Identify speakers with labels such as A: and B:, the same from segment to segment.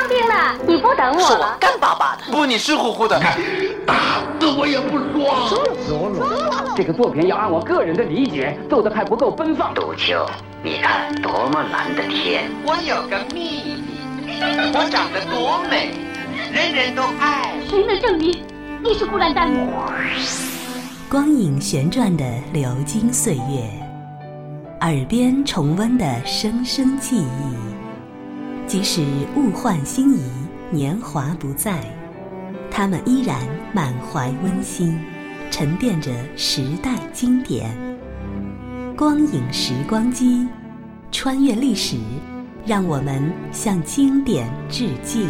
A: 兵呢？你不等我
B: 是我干巴巴的，
C: 不，你湿乎乎的。
D: 打死我也不说。
E: 这个作品要按我个人的理解奏得还不够奔放。
F: 杜秋，你看多么蓝的天！
G: 我有个秘密，我长得多美，人人都爱。
A: 谁能证明你是孤兰丹？
H: 光影旋转的流金岁月，耳边重温的声声记忆，即使物换星移，年华不再，他们依然满怀温馨，沉淀着时代经典。光影时光机，穿越历史，让我们向经典致敬。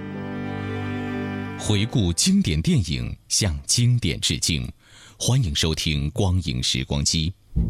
I: 回顾经典电影，向经典致敬。欢迎收听光影时光机。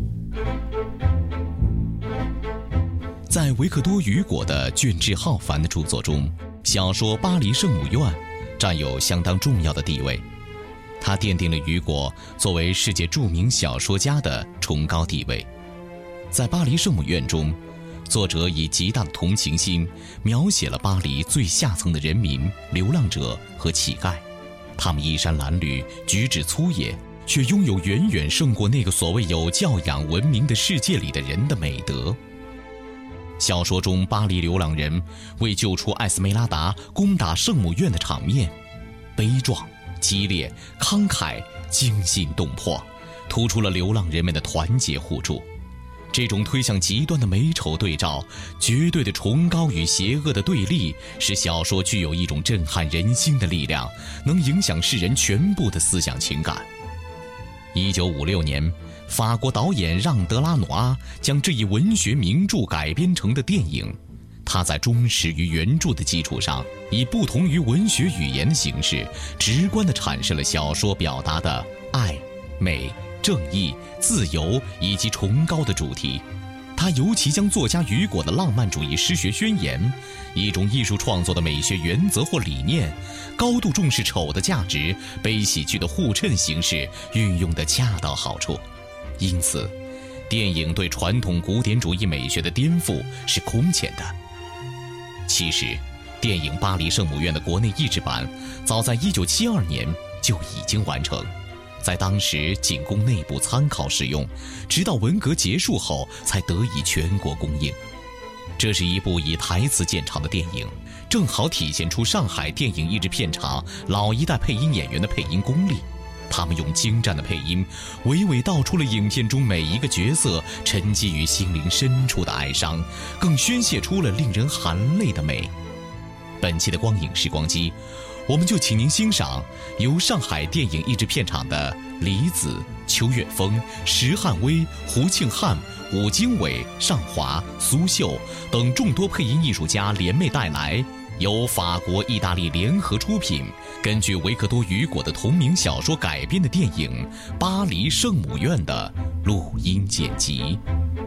I: 在维克多·雨果的卷帙浩繁的著作中，小说《巴黎圣母院》占有相当重要的地位，它奠定了雨果作为世界著名小说家的崇高地位。在《巴黎圣母院》中，作者以极大的同情心描写了巴黎最下层的人民、流浪者和乞丐，他们衣衫褴褛，举止粗野，却拥有远远胜过那个所谓有教养文明的世界里的人的美德。小说中巴黎流浪人为救出艾斯梅拉达攻打圣母院的场面，悲壮、激烈、慷慨、惊心动魄，突出了流浪人们的团结互助。这种推向极端的美丑对照，绝对的崇高与邪恶的对立，使小说具有一种震撼人心的力量，能影响世人全部的思想情感。1956年，法国导演让·德拉努阿将这一文学名著改编成的电影，他在忠实于原著的基础上，以不同于文学语言的形式，直观地阐释了小说表达的爱、美、正义、自由以及崇高的主题。他尤其将作家雨果的浪漫主义诗学宣言，一种艺术创作的美学原则或理念，高度重视丑的价值，悲喜剧的互衬形式运用得恰到好处。因此，电影对传统古典主义美学的颠覆是空前的。其实，电影《巴黎圣母院》的国内译制版早在1972年就已经完成，在当时仅供内部参考使用，直到文革结束后才得以全国公映。这是一部以台词见长的电影，正好体现出上海电影译制片厂老一代配音演员的配音功力。他们用精湛的配音，娓娓道出了影片中每一个角色沉积于心灵深处的哀伤，更宣泄出了令人含泪的美。本期的光影时光机，我们就请您欣赏由上海电影译制片厂的李子、邱岳峰、石汉威、胡庆汉、武经纬、尚华、苏秀等众多配音艺术家联袂带来，由法国、意大利联合出品，根据维克多·雨果的同名小说改编的电影《巴黎圣母院》的录音剪辑。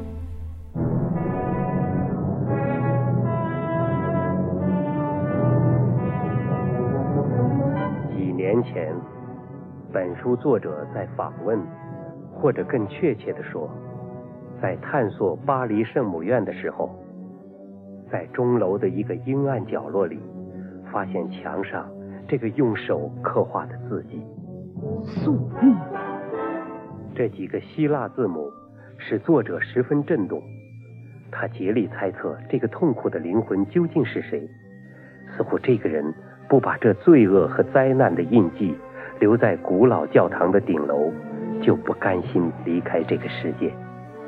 J: 几年前，本书作者在访问，或者更确切地说，在探索巴黎圣母院的时候，在钟楼的一个阴暗角落里，发现墙上这个用手刻画的字迹
A: 宿命。
J: 这几个希腊字母使作者十分震动，他竭力猜测这个痛苦的灵魂究竟是谁。似乎这个人不把这罪恶和灾难的印记留在古老教堂的顶楼，就不甘心离开这个世界。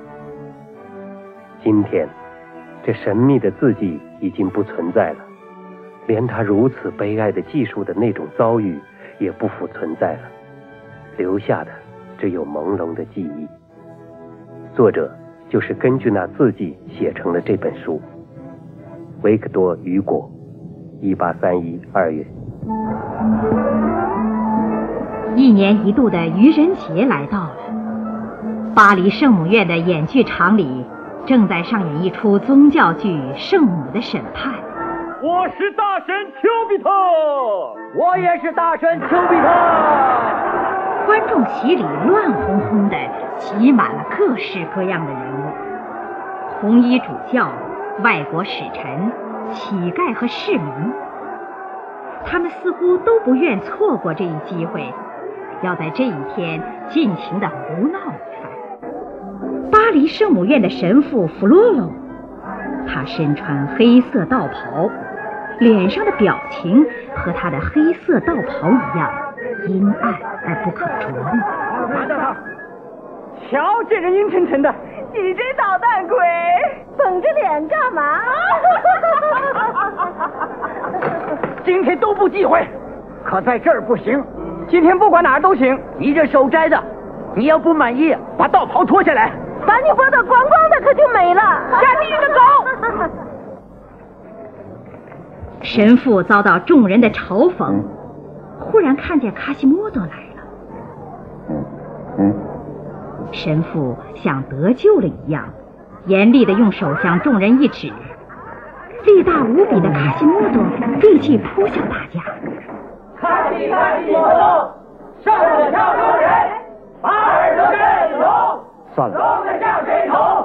J: 今天这神秘的字迹已经不存在了，连他如此悲哀的记述的那种遭遇也不复存在了，留下的只有朦胧的记忆。作者就是根据那字迹写成了这本书。维克多·雨果，1831 2月。
K: 一年一度的愚人节来到了，巴黎圣母院的演剧场里正在上演一出宗教剧《圣母的审判》。
L: 我是大神丘比特，
E: 我也是大神丘比特。
K: 观众席里乱哄哄的挤满了各式各样的人物，红衣主教、外国使臣、乞丐和市民， 他们似乎都不愿错过这一机会，要在这一天尽情地胡闹一番。巴黎圣母院的神父弗罗罗，他身穿黑色道袍，脸上的表情和他的黑色道袍一样阴暗而不可捉摸。
E: 看到他，瞧这人阴沉沉的，
B: 你这捣蛋鬼，绷着脸干嘛？
E: 今天都不忌讳，可在这儿不行。今天不管哪儿都行。你这守斋的，你要不满意，把道袍脱下来，
B: 把你剥得光光的，可就没了。
E: 下地狱的狗！
K: 神父遭到众人的嘲讽，忽然看见卡西莫多来了。神父像得救了一样，严厉地用手向众人一指，力大无比的卡西莫多立即扑向大家。
L: 卡西莫多，胜的像牛人，把耳朵震聋，
E: 算了，
L: 聋的像水桶。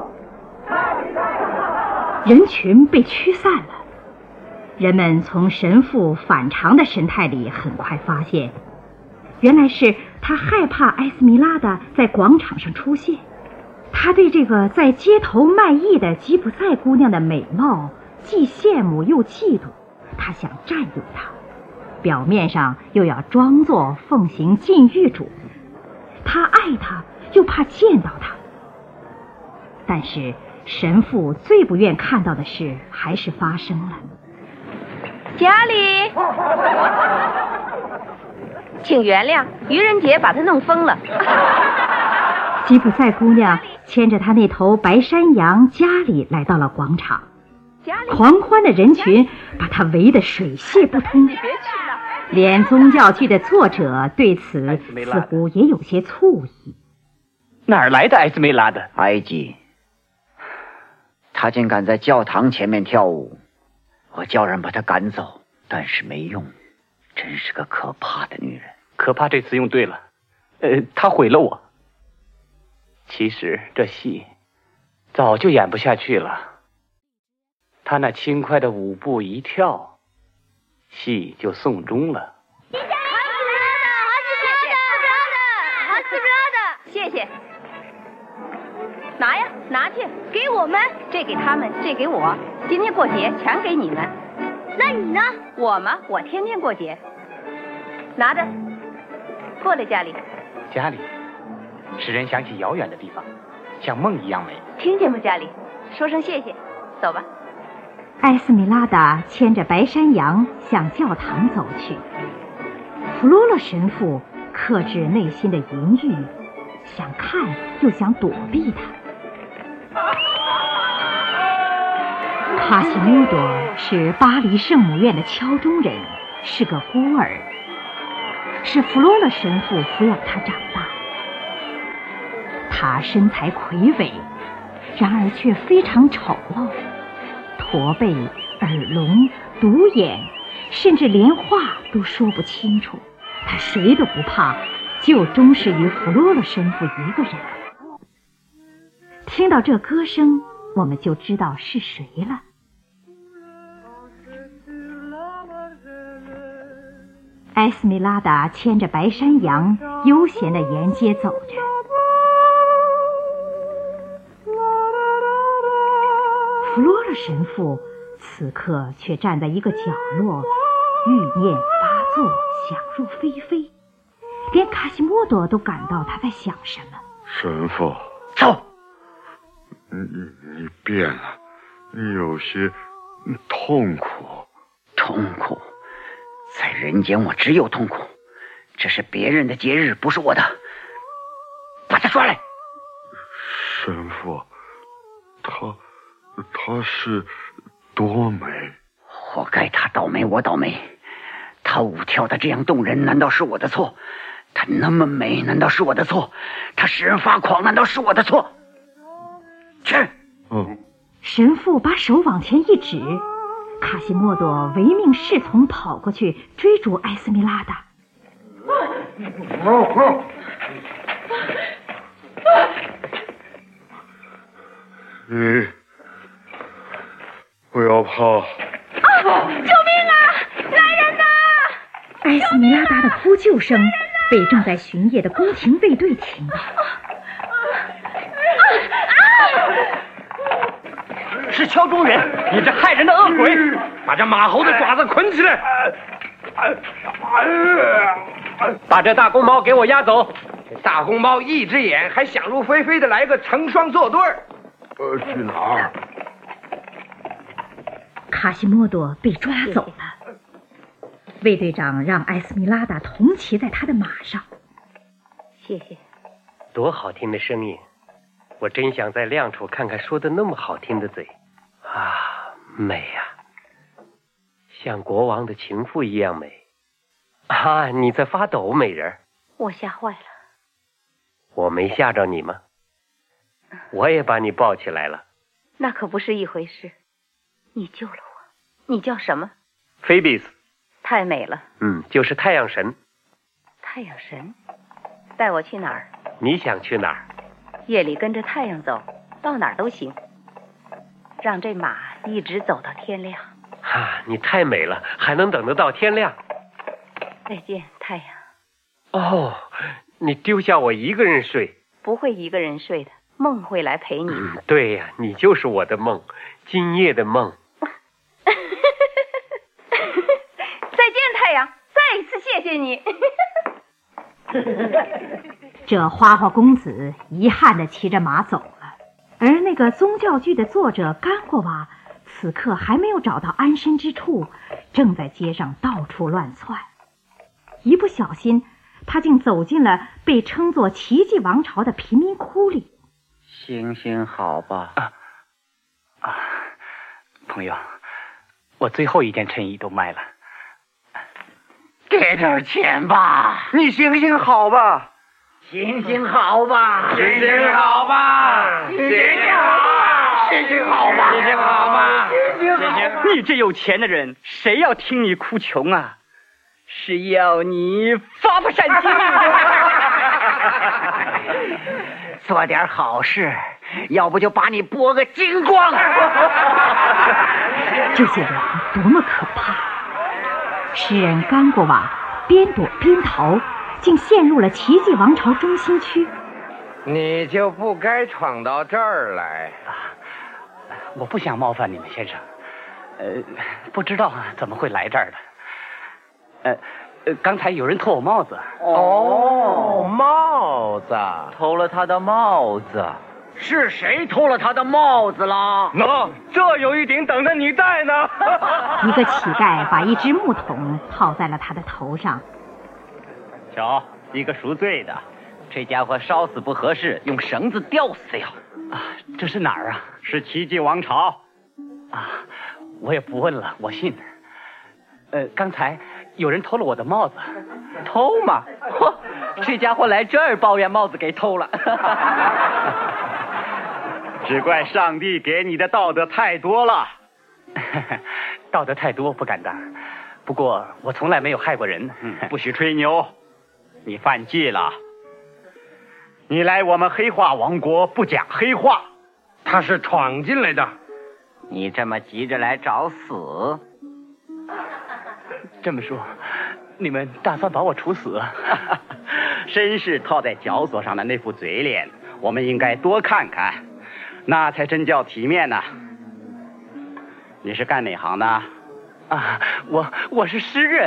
K: 人群被驱散了。人们从神父反常的神态里很快发现，原来是他害怕埃斯米拉达在广场上出现。他对这个在街头卖艺的吉普赛姑娘的美貌既羡慕又嫉妒，他想占有她，表面上又要装作奉行禁欲主义。他爱她，又怕见到她。但是神父最不愿看到的事还是发生了。
A: 家里，请原谅，愚人节把他弄疯了。
K: 吉普赛姑娘牵着她那头白山羊家里来到了广场，狂欢的人群把她围得水泄不通。连宗教剧的作者对此似乎也有些醋意。
E: 哪儿来的埃斯梅拉的？
F: 埃及。他竟敢在教堂前面跳舞，我叫人把他赶走，但是没用，真是个可怕的女人。
E: 可怕这词用对了，他毁了我。其实这戏早就演不下去了，他那轻快的舞步一跳，戏就送终了。
A: 谢谢。拿呀，拿去，给我们。这给他们，这给我。今天过节，全给你们。
B: 那你呢？
A: 我嘛，我天天过节。拿着，过来家里。
E: 家里使人想起遥远的地方，像梦一样美。
A: 听见吗，家里？说声谢谢，走吧。
K: 埃斯米拉达牵着白山羊向教堂走去，弗罗洛神父克制内心的淫欲，想看又想躲避他。卡西莫多是巴黎圣母院的敲钟人，是个孤儿，是弗罗洛神父抚养他长大。他身材魁伟，然而却非常丑陋，驼背、耳聋、独眼，甚至连话都说不清楚。他谁都不怕，就忠实于弗罗洛神父一个人。听到这歌声，我们就知道是谁了。埃斯米拉达牵着白山羊，悠闲地沿街走着。弗罗洛神父此刻却站在一个角落，欲念发作，想入非非，连卡西莫多都感到他在想什么。
C: 神父，
F: 走。
C: 你变了，你有些痛苦。
F: 痛苦？在人间我只有痛苦，这是别人的节日，不是我的。把他抓来。
C: 神父，她是多美。
F: 活该她倒霉，我倒霉。她舞跳得这样动人，难道是我的错？她那么美，难道是我的错？她使人发狂，难道是我的错？去。
K: 神父把手往前一指，卡西莫多唯命是从，跑过去追逐埃斯米拉达。
C: 你不要怕。
B: 救命啊！来人呐！
K: 埃斯米拉达的呼救声被正在巡夜的宫廷卫队听到。
J: 是敲钟人，你这害人的恶鬼！把这马猴的爪子捆起来，把这大公猫给我押走。
M: 这大公猫一只眼还想入非非的来个成双作对儿。
C: 去哪儿？
K: 卡西莫多被抓走了。卫队长让埃斯米拉达同骑在他的马上。
A: 谢谢。
J: 多好听的声音！我真想在亮处看看说的那么好听的嘴。啊，美呀，像国王的情妇一样美。啊，你在发抖，美人。
A: 我吓坏了。
J: 我没吓着你吗？我也把你抱起来了。
A: 那可不是一回事。你救了我。你叫什么？
J: 菲比斯。
A: 太美了。
J: 就是太阳神。
A: 太阳神？带我去哪儿？
J: 你想去哪儿？
A: 夜里跟着太阳走，到哪儿都行。让这马一直走到天亮。
J: 你太美了，还能等得到天亮。
A: 再见，太阳。
J: 哦，你丢下我一个人睡？
A: 不会一个人睡的，梦会来陪你。
J: 对呀，你就是我的梦，今夜的梦。
A: 再见，太阳，再一次谢谢你。
K: 这花花公子遗憾地骑着马走了，而那个宗教剧的作者甘果瓦此刻还没有找到安身之处，正在街上到处乱窜。一不小心，他竟走进了被称作奇迹王朝的贫民窟里。
F: 行行好吧。
E: 朋友，我最后一件衬衣都卖了。
F: 给点钱吧。
M: 你行行好吧。
F: 行行好吧。
M: 行行好吧。
F: 行行好吧。行行好吧。
M: 行行好吧。
F: 行行好吧。
E: 你这有钱的人，谁要听你哭穷啊？是要你发发善心。
F: 做点好事，要不就把你剥个精光。
K: 这些人多么可怕！诗人甘果瓦边躲边逃，竟陷入了奇迹王朝中心区。
M: 你就不该闯到这儿来。
E: 我不想冒犯你们，先生。不知道怎么会来这儿的。刚才有人偷我帽子。
M: 帽子，
F: 偷了他的帽子。是谁偷了他的帽子了？
J: 这有一顶等着你戴呢。
K: 一个乞丐把一只木桶套在了他的头上。
F: 瞧，一个赎罪的，这家伙烧死不合适，用绳子吊死最好。
E: 这是哪儿啊？
F: 是奇迹王朝。
E: 我也不问了，我信。刚才有人偷了我的帽子。
F: 偷吗？这家伙来这儿抱怨帽子给偷了。只怪上帝给你的道德太多了。
E: 道德太多不敢当，不过我从来没有害过人。
F: 不许吹牛，你犯忌了。你来我们黑化王国不讲黑话。
M: 他是闯进来的。
F: 你这么急着来找死？
E: 这么说，你们打算把我处死？
F: 绅士套在绞索上的那副嘴脸，我们应该多看看，那才真叫体面呢。你是干哪行的？
E: 我是诗人。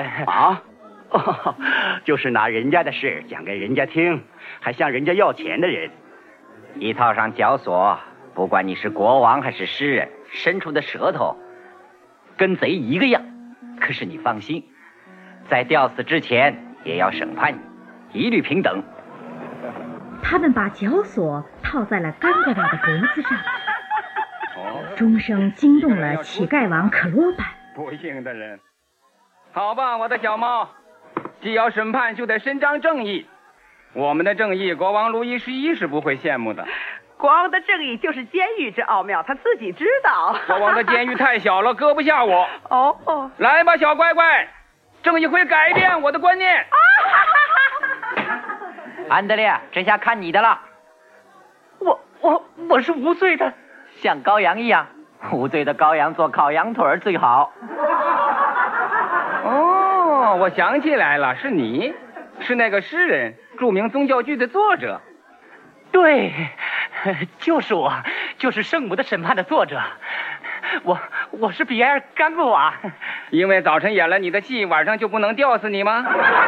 F: 就是拿人家的事讲给人家听，还向人家要钱的人。一套上绞索，不管你是国王还是诗人，伸出的舌头跟贼一个样。可是你放心，在吊死之前也要审判你，一律平等。
K: 他们把绞索套在了甘果瓦的脖子上。钟声惊动了乞丐王可罗班。
N: 不幸的人。好吧，我的小猫，既要审判就得伸张正义。我们的正义，国王路易11是不会羡慕的。
B: 国王的正义就是监狱之奥妙，他自己知道。
N: 国王的监狱太小了，搁不下我。来吧，小乖乖，正义会改变我的观念。
F: 安德烈，这下看你的了。
E: 我是无罪的，
F: 像羔羊一样，无罪的羔羊做烤羊腿最好。
N: 哦，我想起来了，是你，是那个诗人，著名宗教剧的作者。
E: 对，就是我，就是《圣母的审判》的作者。我是比埃尔·甘格瓦。
N: 因为早晨演了你的戏，晚上就不能吊死你吗？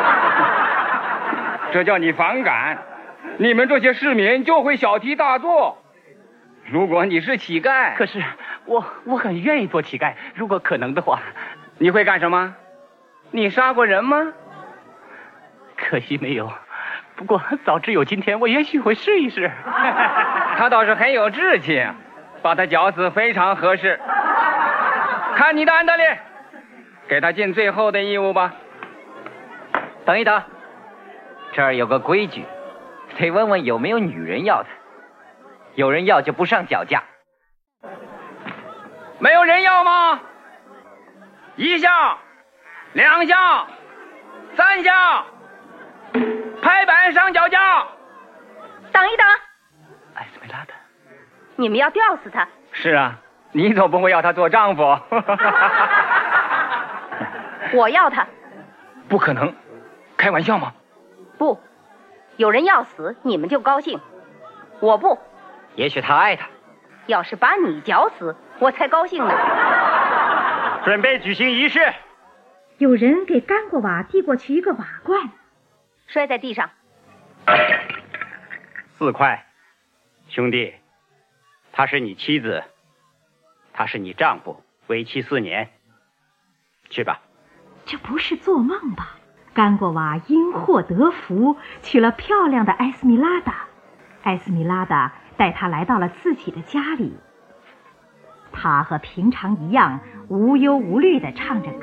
N: 这叫你反感。你们这些市民就会小题大做。如果你是乞丐，
E: 可是我很愿意做乞丐，如果可能的话。
N: 你会干什么？你杀过人吗？
E: 可惜没有。不过早知有今天，我也许会试一试。
N: 他倒是很有志气，把他绞死非常合适。看你的，安德烈，给他尽最后的义务吧。
O: 等一等，这儿有个规矩，得问问有没有女人要的，有人要就不上绞架。
N: 没有人要吗？1下，2下，3下，拍板上绞架。
A: 等一等，
E: 艾斯梅拉德，
A: 你们要吊死他？
N: 是啊，你总不会要他做丈夫。
A: 我要他。
N: 不可能，开玩笑吗？
A: 不，有人要死，你们就高兴。我不。
O: 也许他爱他。
A: 要是把你绞死，我才高兴呢。
J: 准备举行仪式。
K: 有人给甘果瓦递过去一个瓦罐，
A: 摔在地上。
F: 4块，兄弟，她是你妻子，他是你丈夫，为期4年。去吧。
K: 这不是做梦吧？甘果瓦因祸得福，娶了漂亮的埃斯米拉达。埃斯米拉达带他来到了自己的家里。他和平常一样无忧无虑地唱着歌。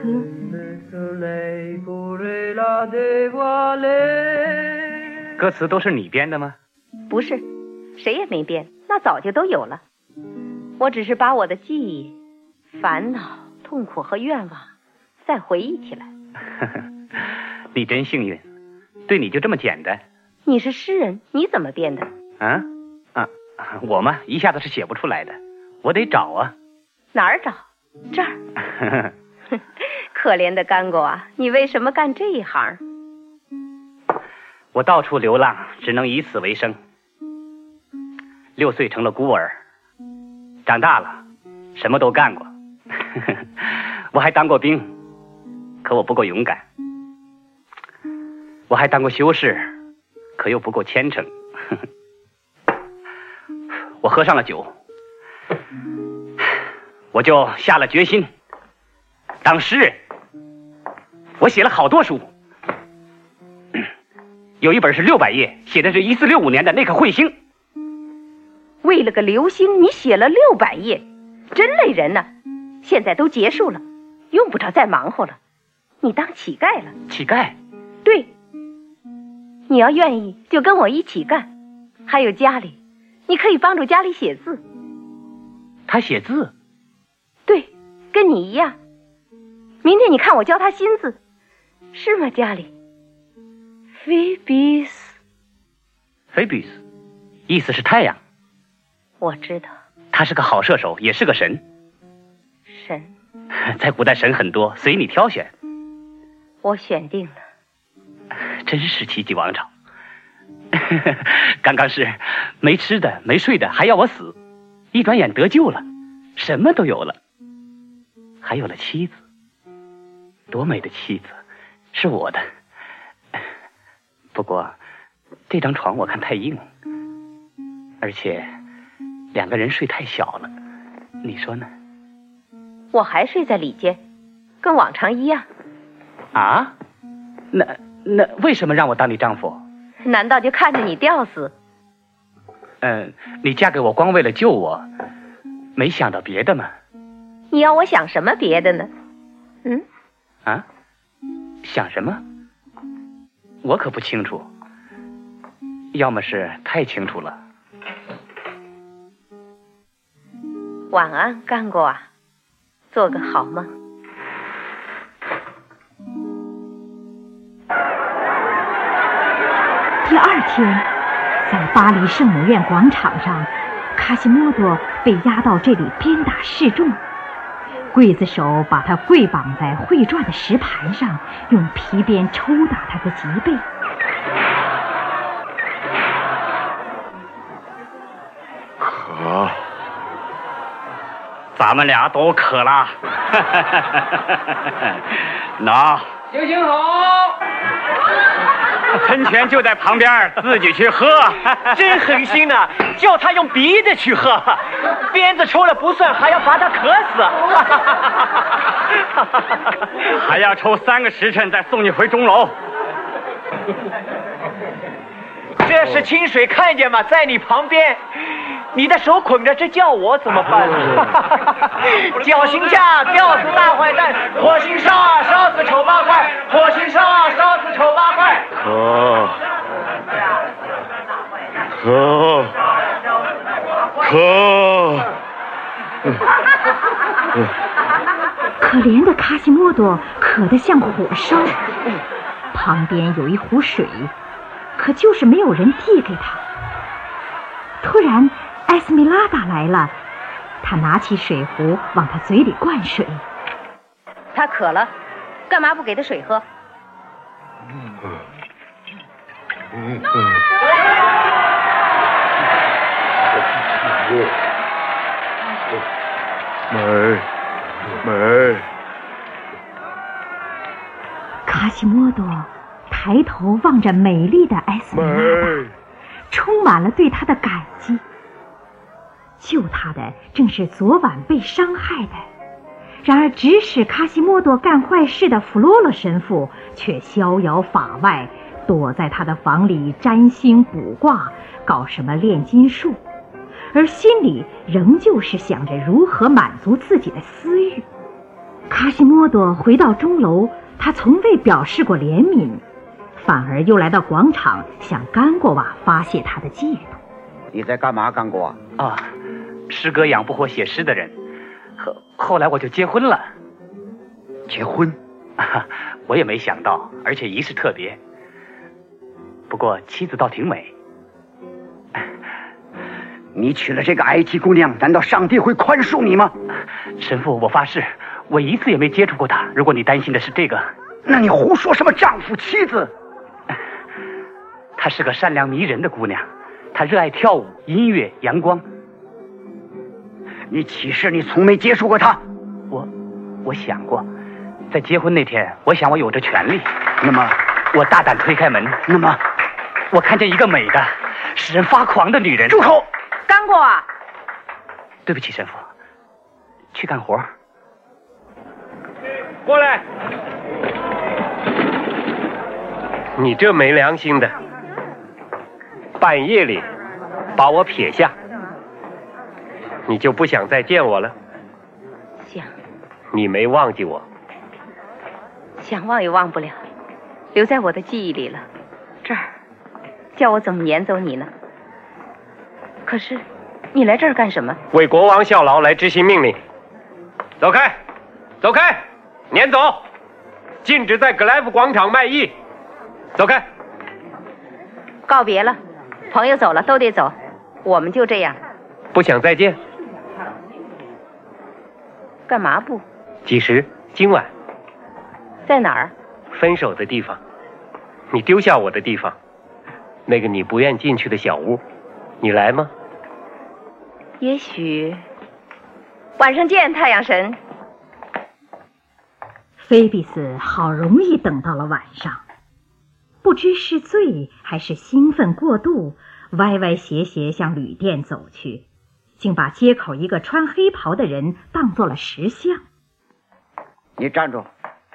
E: 歌词都是你编的吗？
A: 不是，谁也没编，那早就都有了。我只是把我的记忆、烦恼、痛苦和愿望再回忆起来。
E: 你真幸运，对你就这么简单。
A: 你是诗人，你怎么编的？
E: 我嘛，一下子是写不出来的，我得找啊。
A: 哪儿找？这儿。可怜的甘果啊，你为什么干这一行？
E: 我到处流浪，只能以此为生。6岁成了孤儿，长大了，什么都干过。我还当过兵，可我不够勇敢。我还当过修士，可又不够虔诚。我喝上了酒，我就下了决心当诗人。我写了好多书，有一本是600页，写的是1465年的那颗彗星。
A: 为了个流星，你写了600页，真累人呢。现在都结束了，用不着再忙活了。你当乞丐了。
E: 乞丐？
A: 对。你要愿意就跟我一起干。还有家里，你可以帮助家里写字。
E: 他写字？
A: 对，跟你一样。明天你看我教他新字，是吗，家里？菲比斯，
E: 意思是太阳。
A: 我知道。
E: 他是个好射手，也是个神。
A: 神？
E: 在古代神很多，随你挑选。
A: 我选定了。
E: 真是奇迹王朝。刚刚是没吃的没睡的，还要我死，一转眼得救了，什么都有了，还有了妻子，多美的妻子，是我的。不过这张床我看太硬，而且2个人睡太小了，你说呢？
A: 我还睡在里间，跟往常一样。
E: 啊？那为什么让我当你丈夫？
A: 难道就看着你吊死？
E: 你嫁给我光为了救我，没想到别的吗？
A: 你要我想什么别的呢？
E: 想什么？我可不清楚，要么是太清楚了。
A: 晚安，甘果啊，做个好梦。
K: 第2天，在巴黎圣母院广场上，卡西莫多被押到这里鞭打示众。 刽子手把他跪绑在会转的石盘上，用皮鞭抽打他的脊背。
C: 渴，
E: 咱们俩都渴了。那
N: 行行好，
E: 喷泉就在旁边，自己去喝。
P: 真狠心呐，叫他用鼻子去喝，鞭子抽了不算，还要把他渴死。
E: 还要抽3个时辰再送你回钟楼。
P: 这是清水看见吗？在你旁边，你的手捆着，这叫我怎么办？绞刑架，吊死大坏蛋；火刑上，烧死丑八怪；火刑上，烧死丑八怪。
K: 可怜的卡西莫多渴得像火烧，旁边有一壶水，可就是没有人递给他。突然埃斯米拉达来了，他拿起水壶往他嘴里灌水。
A: 他渴了，干嘛不给他水喝？
C: 美。
K: 卡西莫多抬头望着美丽的埃斯米拉达，充满了对她的感激。救他的正是昨晚被伤害的，然而指使卡西莫多干坏事的弗罗罗神父却逍遥法外，躲在他的房里占星卜卦，搞什么炼金术，而心里仍旧是想着如何满足自己的私欲。卡西莫多回到钟楼，他从未表示过怜悯，反而又来到广场向甘果瓦发泄他的嫉妒。
F: 你在干嘛，甘果瓦？
E: 啊，诗歌养不活写诗的人。后来我就结婚了。
F: 结婚？
E: 我也没想到，而且仪式特别。不过妻子倒挺美。
F: 你娶了这个埃及姑娘，难道上帝会宽恕你吗？
E: 神父，我发誓，我一次也没接触过她。如果你担心的是这个，
F: 那你胡说什么丈夫妻子？
E: 她是个善良迷人的姑娘，她热爱跳舞、音乐、阳光。
F: 你起誓你从没接触过她？
E: 我想过，在结婚那天，我想我有这权利。
F: 那么，
E: 我大胆推开门。
F: 那么，
E: 我看见一个美的、使人发狂的女人。
F: 住口！
A: 刚过啊！
E: 对不起，神父，去干活。
M: 过来！
J: 你这没良心的，半夜里把我撇下，你就不想再见我了？
A: 想。
J: 你没忘记我？
A: 想忘也忘不了，留在我的记忆里了。这儿，叫我怎么撵走你呢？可是，你来这儿干什么？
J: 为国王效劳，来执行命令。走开，走开，撵走！禁止在格莱夫广场卖艺。走开！
A: 告别了，朋友走了都得走，我们就这样。
J: 不想再见？
A: 干嘛不？
J: 几时？今晚。
A: 在哪儿？
J: 分手的地方，你丢下我的地方，那个你不愿进去的小屋，你来吗？
A: 也许晚上见，太阳神。
K: 菲比斯好容易等到了晚上，不知是醉还是兴奋过度，歪歪斜斜向旅店走去，竟把街口一个穿黑袍的人当作了石像。
F: 你站住！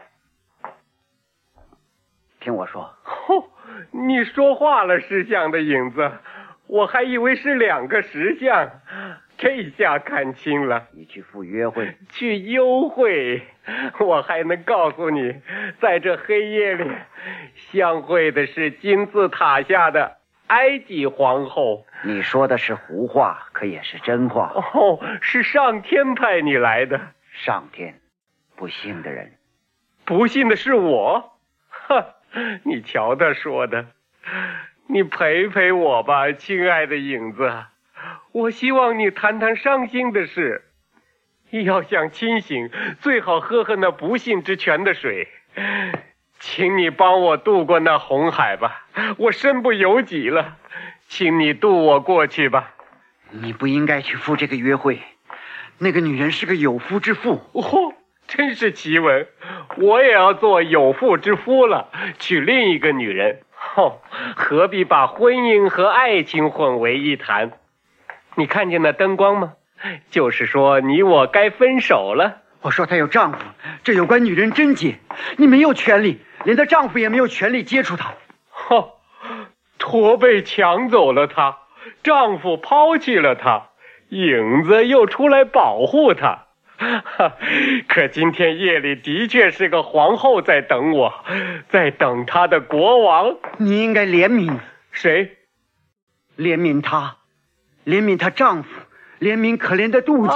F: 听我说。
J: 你说话了，石像的影子，我还以为是2个石像，这下看清了。
F: 你去赴约会？
J: 去幽会。我还能告诉你，在这黑夜里相会的是金字塔下的埃及皇后。
F: 你说的是胡话，可也是真话。
J: 是上天派你来的。
F: 上天？不幸的人。
J: 不幸的是我？你瞧他说的。你陪陪我吧，亲爱的影子，我希望你谈谈伤心的事， 要想清醒，最好喝那不幸之泉的水。请你帮我渡过那红海吧，我身不由己了，请你渡我过去吧。
F: 你不应该去赴这个约会，那个女人是个有妇之妇。
J: 哦，真是奇闻，我也要做有妇之夫了，娶另一个女人。何必把婚姻和爱情混为一谈？你看见那灯光吗？就是说你我该分手了。
F: 我说她有丈夫，这有关女人贞洁，你没有权利，连她丈夫也没有权利接触她。
J: 驼背抢走了她，丈夫抛弃了她，影子又出来保护她。可今天夜里的确是个皇后在等我，在等她的国王。
F: 你应该怜悯
J: 谁？
F: 怜悯她，怜悯她丈夫，怜悯可怜的妒忌。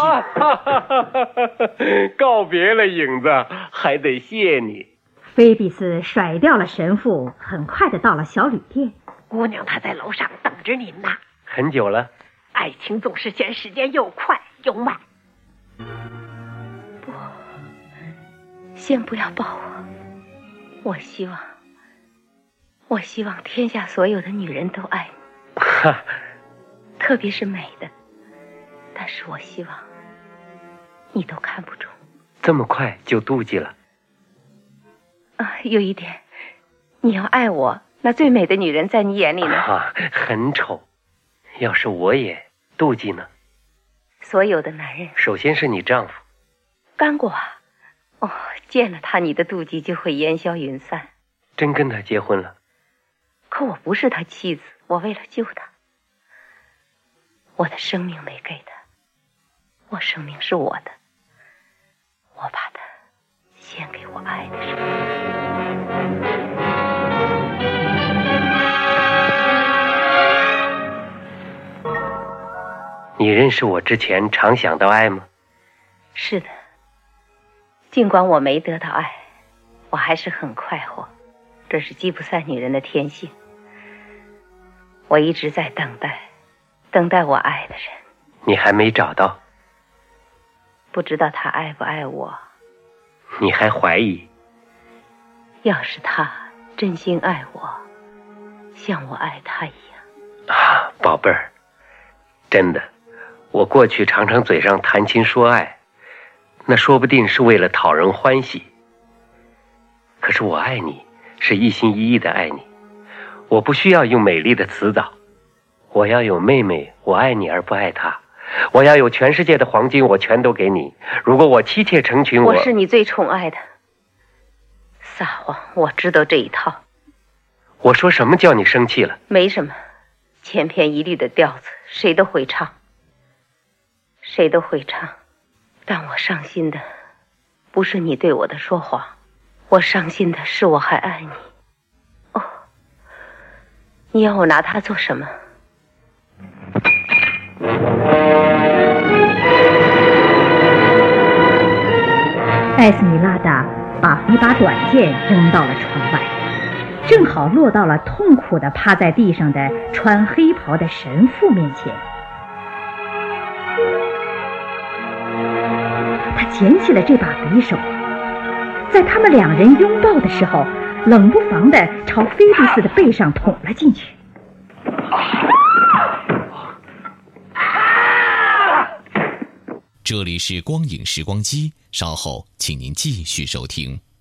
J: 告别了影子，还得谢你。
K: 菲比斯甩掉了神父，很快的到了小旅店。
B: 姑娘她在楼上等着您呢。
J: 很久了。
B: 爱情总是嫌时间又快又慢。
A: 不，先不要抱我。我希望天下所有的女人都爱你，特别是美的。但是我希望你都看不中。
J: 这么快就妒忌了？
A: 有一点，你要爱我，那最美的女人在你眼里呢？
J: 很丑。要是我也妒忌呢？
A: 所有的男人，
J: 首先是你丈夫。
A: 干过啊？见了他，你的妒忌就会烟消云散。
J: 真跟他结婚了？
A: 可我不是他妻子，我为了救他，我的生命没给他，我生命是我的，我把它献给我爱的人。
J: 你认识我之前常想到爱吗？
A: 是的，尽管我没得到爱，我还是很快活，这是吉普赛女人的天性。我一直在等待我爱的人。
J: 你还没找到？
A: 不知道他爱不爱我。
J: 你还怀疑？
A: 要是他真心爱我，像我爱他一样。
J: 宝贝儿，真的，我过去常常嘴上谈情说爱，那说不定是为了讨人欢喜。可是我爱你，是一心一意的爱你，我不需要用美丽的辞藻。我要有妹妹，我爱你而不爱她。我要有全世界的黄金，我全都给你。如果我妻妾成群，
A: 我是你最宠爱的。撒谎，我知道这一套。
J: 我说什么叫你生气了？
A: 没什么，千篇一律的调子，谁都会唱。但我伤心的不是你对我的说谎，我伤心的是我还爱你。你要我拿它做什么？
K: 艾斯米拉达把一把短剑扔到了窗外，正好落到了痛苦地趴在地上的穿黑袍的神父面前。他捡起了这把匕首，在他们两人拥抱的时候，冷不防地朝菲比斯的背上捅了进去。
I: 这里是光影时光机，稍后请您继续收听。